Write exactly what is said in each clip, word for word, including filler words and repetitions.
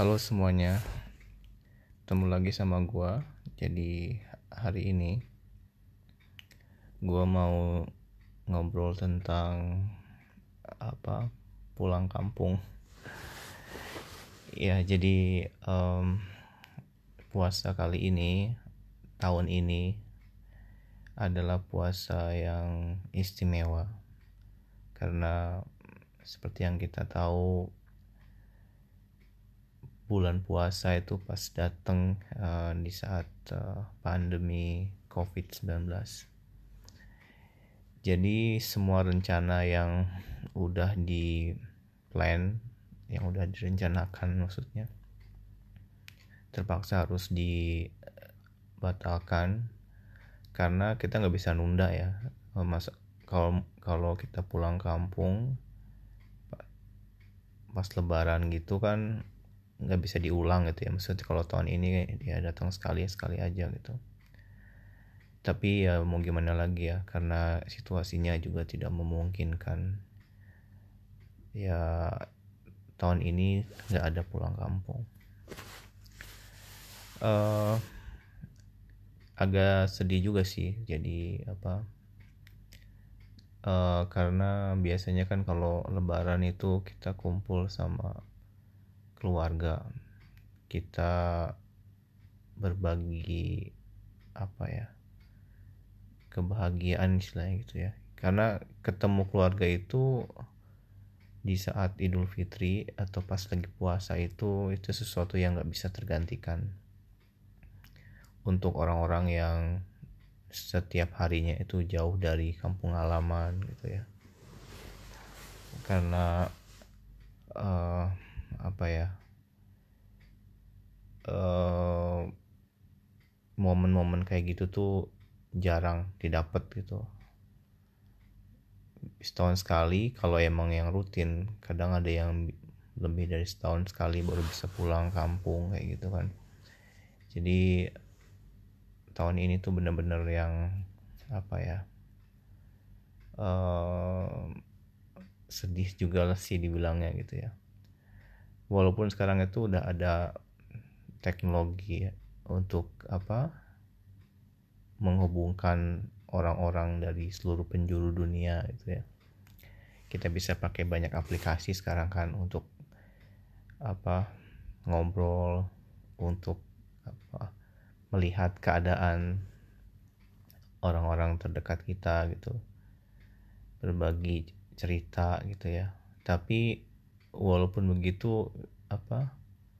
Halo semuanya, ketemu lagi sama gua. Jadi hari ini gua mau ngobrol tentang apa pulang kampung. Ya jadi em, puasa kali ini, tahun ini adalah puasa yang istimewa karena seperti yang kita tahu, bulan puasa itu pas datang uh, di saat uh, pandemi covid sembilan belas. Jadi semua rencana yang udah di plan, yang udah direncanakan maksudnya, terpaksa harus dibatalkan karena kita nggak bisa nunda ya. Mas kalau kalau kita pulang kampung pas lebaran gitu kan nggak bisa diulang gitu ya, maksudnya kalau tahun ini dia datang sekali sekali aja gitu. Tapi ya mau gimana lagi ya, karena situasinya juga tidak memungkinkan ya, tahun ini nggak ada pulang kampung. uh, agak sedih juga sih, jadi apa uh, karena biasanya kan kalau lebaran itu kita kumpul sama keluarga, kita berbagi apa ya, kebahagiaan istilahnya gitu ya, karena ketemu keluarga itu di saat Idul Fitri atau pas lagi puasa itu itu sesuatu yang nggak bisa tergantikan untuk orang-orang yang setiap harinya itu jauh dari kampung halaman gitu ya. Karena uh, apa ya, uh, momen-momen kayak gitu tuh jarang didapat gitu. Setahun sekali kalau emang yang rutin, kadang ada yang lebih dari setahun sekali baru bisa pulang kampung kayak gitu kan. Jadi tahun ini tuh bener-bener yang apa ya, uh, sedih juga lah sih dibilangnya gitu ya. Walaupun sekarang itu udah ada teknologi ya, untuk apa menghubungkan orang-orang dari seluruh penjuru dunia gitu ya. Kita bisa pakai banyak aplikasi sekarang kan untuk apa ngobrol, untuk apa melihat keadaan orang-orang terdekat kita gitu, berbagi cerita gitu ya. Tapi walaupun begitu apa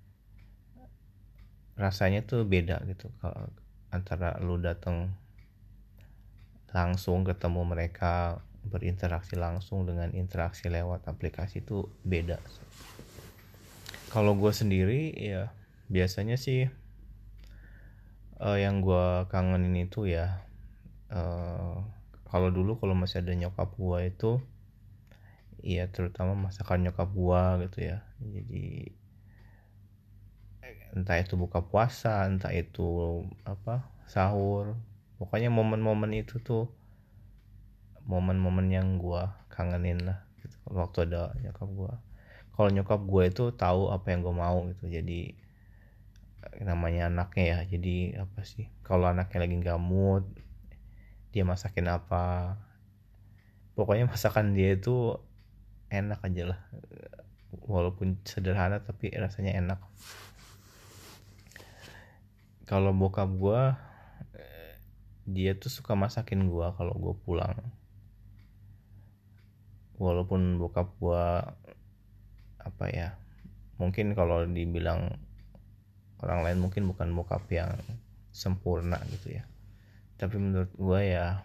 rasanya tuh beda gitu kalau antara lu datang langsung ketemu mereka, berinteraksi langsung dengan interaksi lewat aplikasi itu beda. Kalau gue sendiri ya biasanya sih uh, yang gue kangenin itu ya, uh, kalau dulu kalau masih ada nyokap gue itu ya terutama masakan nyokap gue gitu ya. Jadi entah itu buka puasa, entah itu apa sahur, pokoknya momen-momen itu tuh momen-momen yang gue kangenin lah gitu, waktu ada nyokap gue. Kalau nyokap gue itu tahu apa yang gue mau gitu, jadi namanya anaknya ya, jadi apa sih, kalau anaknya lagi nggak mood dia masakin apa, pokoknya masakan dia itu enak aja lah, walaupun sederhana tapi rasanya enak. Kalau bokap gue, dia tuh suka masakin gue kalau gue pulang, walaupun bokap gue apa ya, mungkin kalau dibilang orang lain mungkin bukan bokap yang sempurna gitu ya, tapi menurut gue ya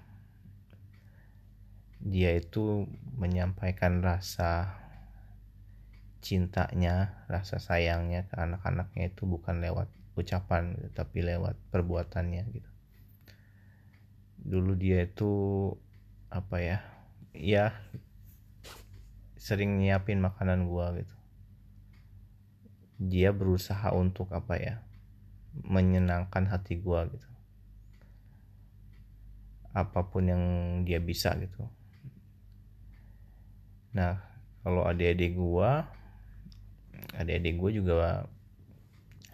dia itu menyampaikan rasa cintanya, rasa sayangnya ke anak-anaknya itu bukan lewat ucapan gitu, tapi lewat perbuatannya gitu. Dulu dia itu apa ya, ya sering nyiapin makanan gua gitu. Dia berusaha untuk apa ya, menyenangkan hati gua gitu, apapun yang dia bisa gitu. Nah kalau adik-adik gua, adik-adik gua juga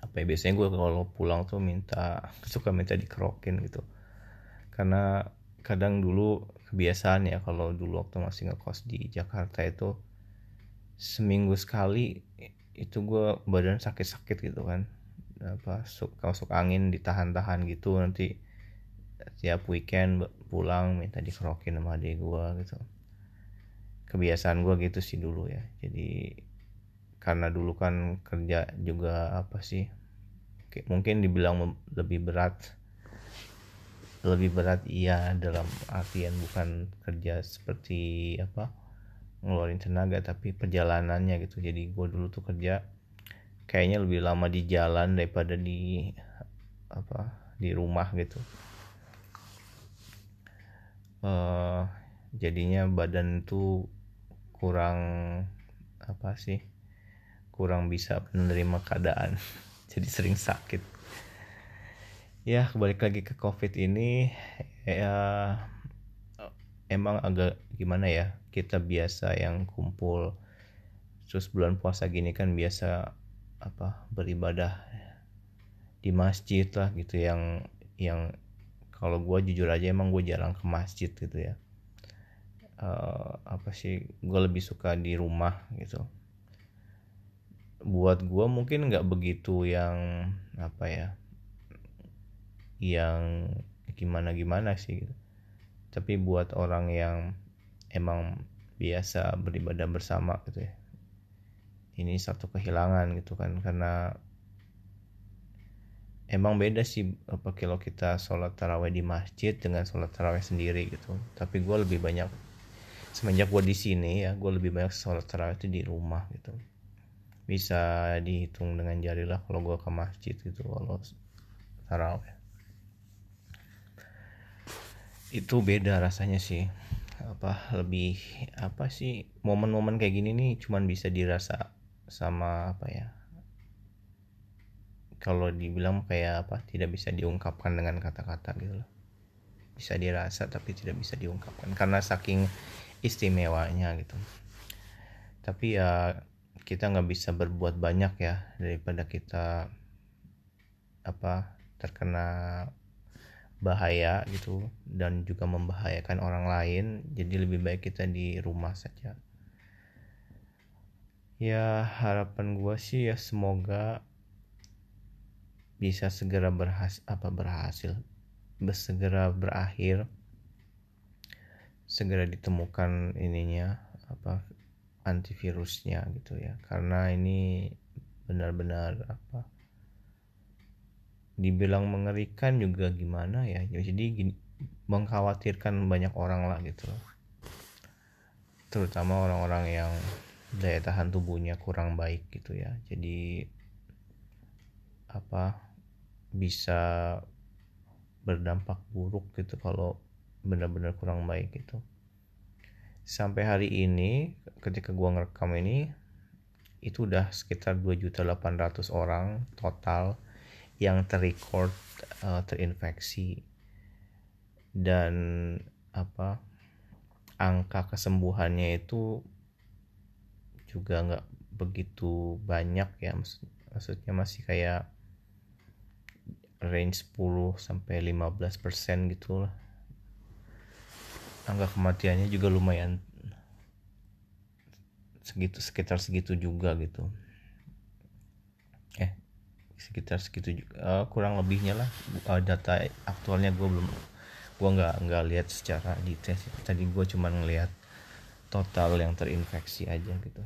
apa ya, biasanya gue kalau pulang tuh minta suka minta dikerokin gitu, karena kadang dulu kebiasaan ya, kalau dulu waktu masih ngekos di Jakarta itu seminggu sekali itu gue badan sakit-sakit gitu kan, apa suka masuk angin ditahan-tahan gitu, nanti tiap weekend pulang minta dikerokin sama adik gue gitu. Kebiasaan gue gitu sih dulu ya. Jadi karena dulu kan kerja juga apa sih, mungkin dibilang lebih berat, lebih berat iya, dalam artian bukan kerja seperti apa ngeluarin tenaga, tapi perjalanannya gitu. Jadi gue dulu tuh kerja kayaknya lebih lama di jalan daripada di apa di rumah gitu. Uh, jadinya badan tuh kurang apa sih kurang bisa menerima keadaan jadi sering sakit ya. Balik lagi ke covid ini ya, emang agak gimana ya, kita biasa yang kumpul terus bulan puasa gini kan biasa apa beribadah di masjid lah gitu, yang yang kalau gue jujur aja emang gue jarang ke masjid gitu ya. Uh, apa sih, gue lebih suka di rumah gitu. Buat gue mungkin nggak begitu yang apa ya, yang gimana gimana sih gitu. Tapi buat orang yang emang biasa beribadah bersama gitu ya, ini satu kehilangan gitu kan, karena emang beda sih apa kalau kita sholat taraweh di masjid dengan sholat taraweh sendiri gitu. Tapi gue lebih banyak semenjak gue di sini ya, gue lebih banyak sholat taraweh itu di rumah gitu. Bisa dihitung dengan jari lah kalau gue ke masjid gitu kalau taraweh. Itu beda rasanya sih, apa lebih apa sih, momen-momen kayak gini nih cuman bisa dirasa sama apa ya, kalau dibilang kayak apa, tidak bisa diungkapkan dengan kata-kata gitu loh. Bisa dirasa tapi tidak bisa diungkapkan karena saking istimewanya gitu. Tapi ya kita nggak bisa berbuat banyak ya, daripada kita apa terkena bahaya gitu dan juga membahayakan orang lain. Jadi lebih baik kita di rumah saja. Ya harapan gue sih ya semoga bisa segera berhasil apa berhasil segera berakhir, segera ditemukan ininya apa antivirusnya gitu ya, karena ini benar-benar apa dibilang mengerikan juga gimana ya, jadi gini, mengkhawatirkan banyak orang lah gitu, terutama orang-orang yang daya tahan tubuhnya kurang baik gitu ya. Jadi apa bisa berdampak buruk gitu kalau benar-benar kurang baik gitu. Sampai hari ini ketika gua ngerekam ini itu udah sekitar dua juta delapan ratus orang total yang terrecord uh, terinfeksi, dan apa angka kesembuhannya itu juga nggak begitu banyak ya, maksudnya masih kayak range sepuluh sampai lima belas persen gitu lah. Angka kematiannya juga lumayan segitu, sekitar segitu juga gitu. Eh sekitar segitu juga, uh, kurang lebihnya lah. Uh, data aktualnya gue belum, gue nggak nggak lihat secara detail sih. Tadi gue cuma ngelihat total yang terinfeksi aja gitu.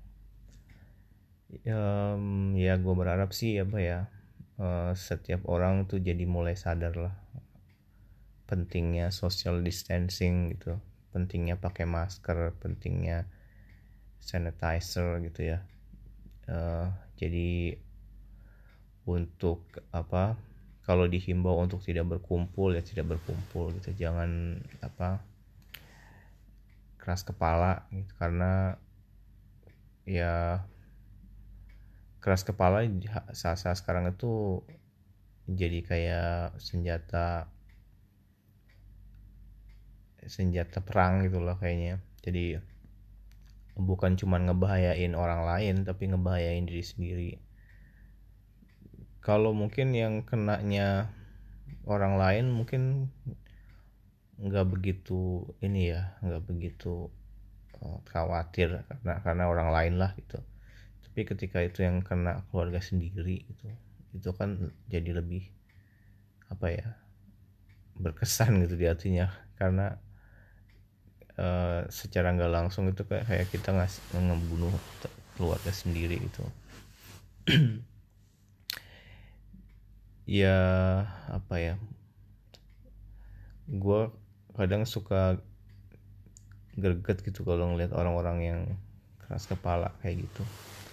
Um, ya gue berharap sih apa ya, uh, setiap orang tuh jadi mulai sadar lah pentingnya social distancing gitu, pentingnya pakai masker, pentingnya sanitizer gitu ya. Uh, jadi untuk apa, kalau dihimbau untuk tidak berkumpul ya tidak berkumpul gitu, jangan apa keras kepala gitu, karena ya keras kepala saat-saat sekarang itu jadi kayak senjata senjata perang gitu loh kayaknya. Jadi bukan cuma ngebahayain orang lain tapi ngebahayain diri sendiri. Kalau mungkin yang kenanya orang lain mungkin nggak begitu ini ya, nggak begitu uh, khawatir karena karena orang lain lah gitu. Tapi ketika itu yang kena keluarga sendiri gitu, itu kan jadi lebih apa ya, berkesan gitu di hatinya, karena uh, secara nggak langsung itu kayak kayak kita ngasih ngebunuh keluarga sendiri gitu. Ya apa ya, gue kadang suka greget gitu kalau ngeliat orang-orang yang keras kepala kayak gitu.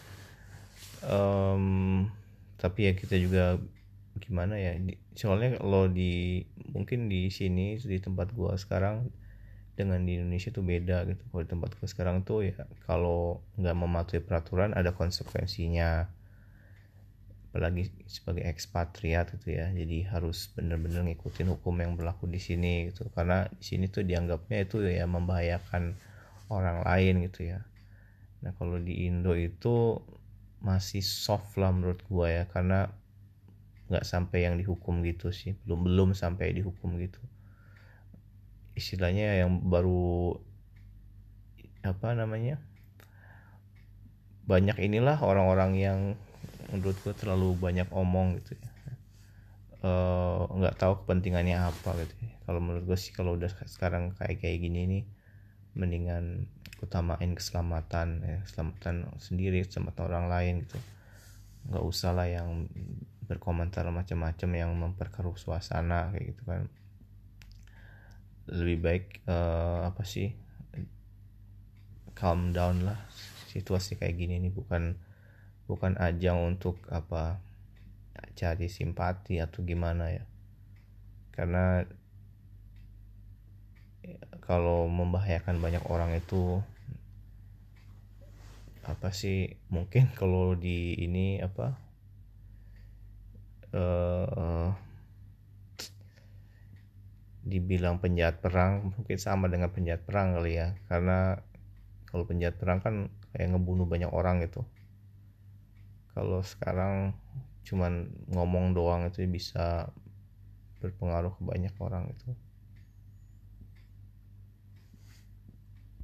Um, tapi ya kita juga gimana ya, soalnya kalau di mungkin di sini di tempat gua sekarang dengan di Indonesia tuh beda gitu. Kalau di tempat gua sekarang tuh ya kalau nggak mematuhi peraturan ada konsekuensinya, apalagi sebagai ekspatriat gitu ya, jadi harus bener-bener ngikutin hukum yang berlaku di sini gitu, karena di sini tuh dianggapnya itu ya membahayakan orang lain gitu ya. Nah kalau di Indo itu masih soft lah menurut gua ya, karena nggak sampai yang dihukum gitu sih, belum belum sampai dihukum gitu. Istilahnya yang baru apa namanya, banyak inilah orang-orang yang menurut gua terlalu banyak omong gitu ya. Eh, nggak uh, tahu kepentingannya apa gitu ya. Kalau menurut gue sih kalau udah sekarang kayak kayak gini nih, mendingan utamain keselamatan ya, keselamatan sendiri, keselamatan orang lain gitu. Nggak usah lah yang berkomentar macam-macam yang memperkeruh suasana kayak gitu kan. Lebih baik uh, apa sih, calm down lah. Situasi kayak gini nih bukan bukan ajang untuk apa, cari simpati atau gimana ya, karena kalau membahayakan banyak orang itu apa sih, mungkin kalau di ini apa uh, dibilang penjahat perang mungkin sama dengan penjahat perang kali ya, karena kalau penjahat perang kan kayak ngebunuh banyak orang gitu. Kalau sekarang cuman ngomong doang itu bisa berpengaruh ke banyak orang itu.